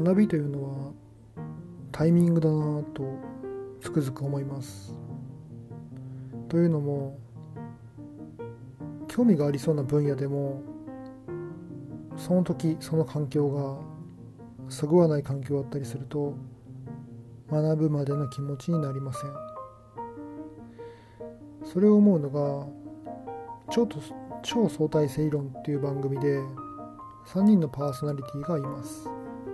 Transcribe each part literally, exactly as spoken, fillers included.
学びというのはタイミングだなとつくづく思います。というのも、興味がありそうな分野でもその時その環境がそぐわない環境だったりすると学ぶまでの気持ちになりません。それを思うのが超と超相対性理論っていう番組でさんにんのパーソナリティがいます。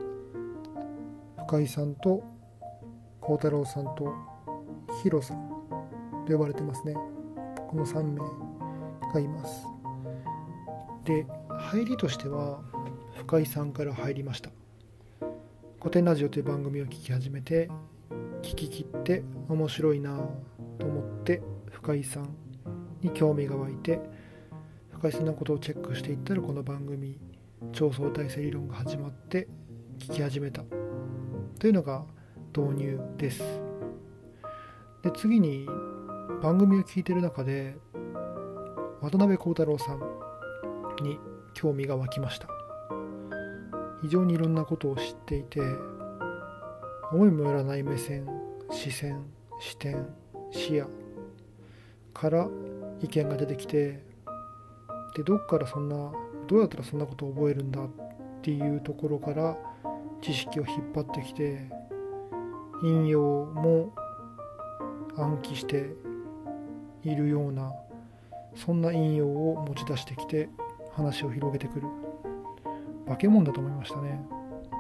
深井さんと幸太郎さんとヒロさんと呼ばれてますね。このさんめいがいます。で、入りとしては深井さんから入りました。古典ラジオという番組を聞き始めて、聞き切って面白いなと思って深井さんに興味が湧いて、深井さんのことをチェックしていったらこの番組超相対性理論が始まって聞き始めたというのが導入です。で、次に番組を聞いている中で渡辺幸太郎さんに興味が湧きました。非常にいろんなことを知っていて、思いもよらない目線、視線、視点、視野から意見が出てきて、でどっからそんなどうやったらそんなことを覚えるんだっていうところから知識を引っ張ってきて、引用も暗記しているような、そんな引用を持ち出してきて話を広げてくる化け物だと思いましたね。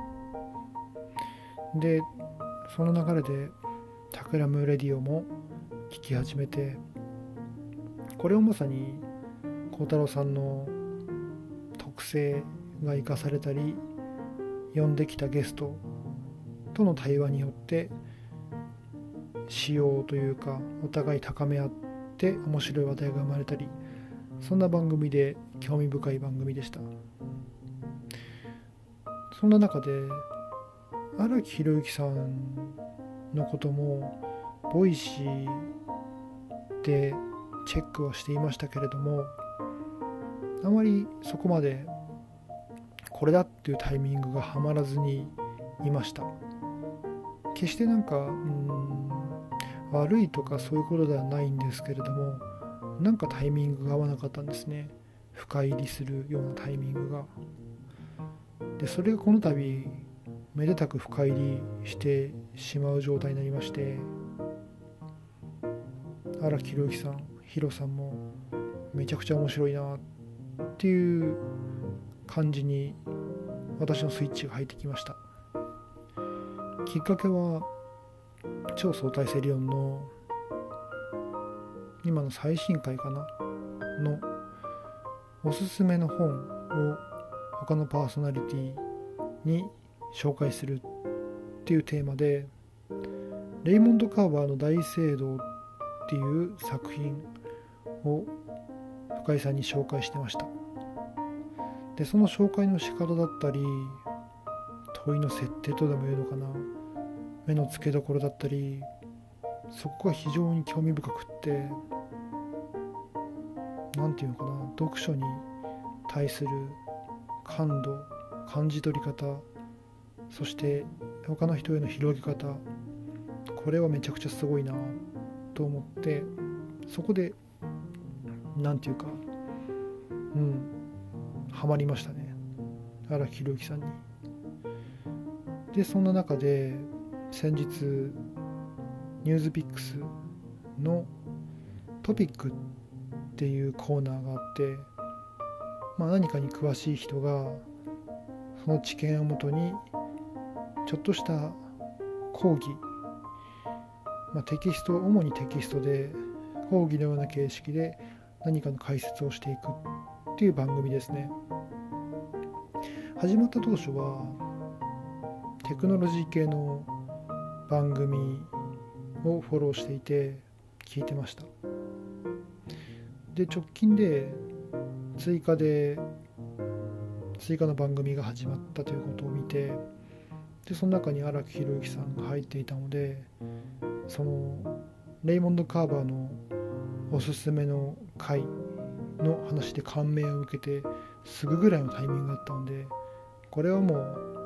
で、その流れでタクラムレディオも聞き始めて、これをまさに幸太郎さんの特性が生かされたり、呼んできたゲストとの対話によって仕様というかお互い高め合って面白い話題が生まれたり、そんな番組で興味深い番組でした。そんな中で荒木宏之さんのこともボイシーでチェックはしていましたけれども、あまりそこまでこれだっていうタイミングがはまらずにいました。決してなんかうーん悪いとかそういうことではないんですけれども、なんかタイミングが合わなかったんですね。深入りするようなタイミングが。で、それがこの度めでたく深入りしてしまう状態になりまして、荒木宏之さん、ヒロさんもめちゃくちゃ面白いなっていう感じに私のスイッチが入ってきました。きっかけは超相対性理論の今の最新回かなのおすすめの本を他のパーソナリティに紹介するっていうテーマで、レイモンド・カーバーの大聖堂っていう作品を深井さんに紹介してました。で、その紹介の仕方だったり、問いの設定とでも言うのかな、目の付けどころだったり、そこが非常に興味深くって、なんていうのかな、読書に対する感度、感じ取り方、そして他の人への広げ方、これはめちゃくちゃすごいなと思って、そこでなんていうか、うんハマりましたね、荒木宏之さんに。で、そんな中で先日ニュースピックスのトピックっていうコーナーがあって、まあ、何かに詳しい人がその知見をもとにちょっとした講義、まあ、テキスト、主にテキストで講義のような形式で何かの解説をしていくっていう番組ですね。始まった当初はテクノロジー系の番組をフォローしていて聞いてました。で、直近で追加で追加の番組が始まったということを見て、でその中に荒木宏之さんが入っていたので、そのレイモンド・カーバーのおすすめの回の話で感銘を受けてすぐぐらいのタイミングだったので、これはもう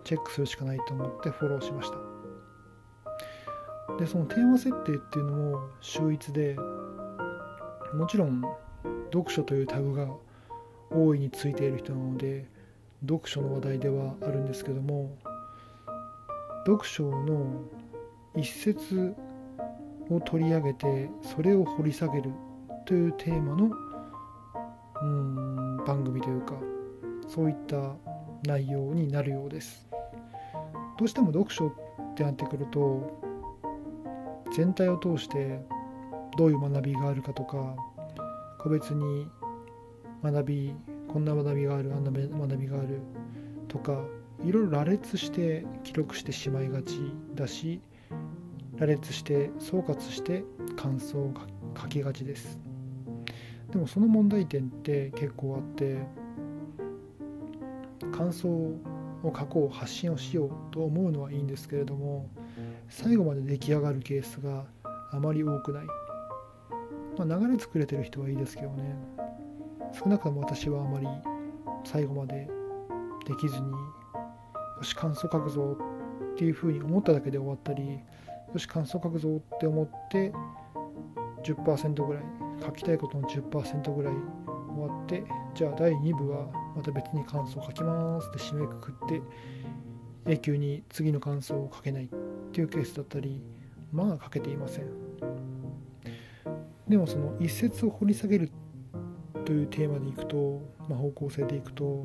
チェックするしかないと思ってフォローしました。でそのテーマ設定っていうのも秀逸で、もちろん読書というタグが大いについている人なので読書の話題ではあるんですけども、読書の一節を取り上げてそれを掘り下げるというテーマのうーん番組というか、そういった内容になるようです。どうしても読書ってなってくると全体を通してどういう学びがあるかとか、個別に学びこんな学びがあるあんな学びがあるとか、いろいろ羅列して記録してしまいがちだし、羅列して総括して感想を書きがちです。でもその問題点って結構あって、感想を書こう発信をしようと思うのはいいんですけれども、最後まで出来上がるケースがあまり多くない。まあ、流れ作れてる人はいいですけどね、少なくとも私はあまり最後までできずに、よし感想書くぞっていうふうに思っただけで終わったり、よし感想書くぞって思って じゅっパーセント ぐらい、書きたいことの じゅっパーセント ぐらい終わって、じゃあだいに部はまた別に感想書きますって締めくくって永久に次の感想を書けないっていうケースだったり、まあ書けていません。でもその一節を掘り下げるというテーマでいくと、まあ、方向性でいくと、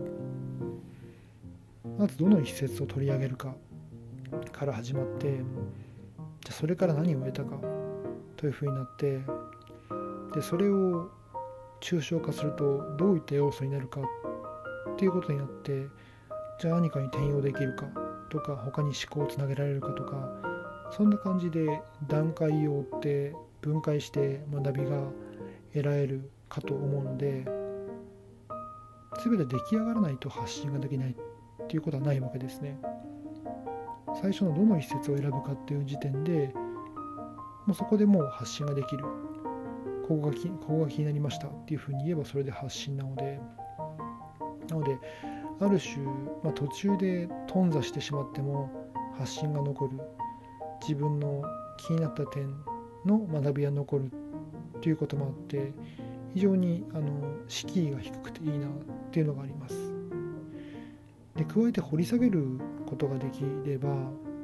まずどの一節を取り上げるかから始まって、じゃあそれから何を得たかというふうになって、でそれを抽象化するとどういった要素になるかっていうことになって、じゃあ何かに転用できるかとか、他に思考をつなげられるかとか、そんな感じで段階を追って分解して学びが得られるかと思うので、全て出来上がらないと発信ができないっていうことはないわけですね。最初のどの一節を選ぶかっていう時点でもうそこでもう発信ができる。ここがき、ここが気になりましたっていうふうに言えばそれで発信なので、なのである種、まあ、途中で頓挫してしまっても発信が残る、自分の気になった点の学びが残るっていうこともあって、非常にあの敷居が低くていいなっていうのがあります。で加えて掘り下げることができれば、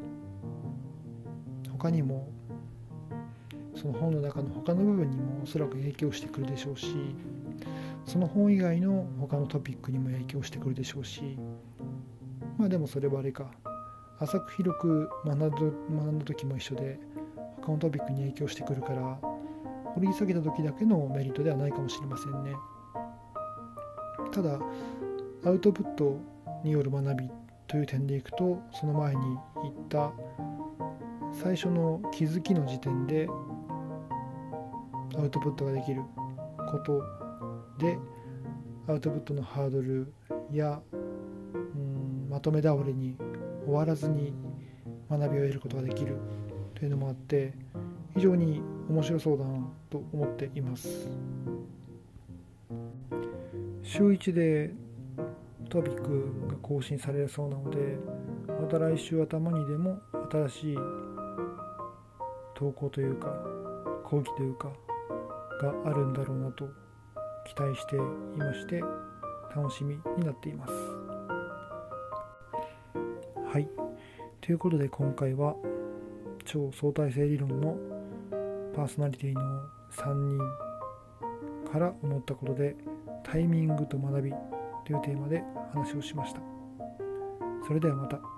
他にもその本の中の他の部分にもおそらく影響してくるでしょうし、その本以外の他のトピックにも影響してくるでしょうし、まあでもそれはあれか、浅く広く学んだ学んだ時も一緒で他のトピックに影響してくるから、掘り下げた時だけのメリットではないかもしれませんね。ただアウトプットによる学びという点でいくと、その前に言った最初の気づきの時点でアウトプットができることで、アウトプットのハードルやうんまとめ倒れに終わらずに学びを得ることができるというのもあって、非常に面白そうだなと思っています。週いちでトピックが更新されるそうなので、また来週頭にでも新しい投稿というか講義というかがあるんだろうなと期待していまして、楽しみになっています。はい、ということで今回は超相対性理論のパーソナリティのさんにんから思ったことで、タイミングと学びというテーマで話をしました。それではまた。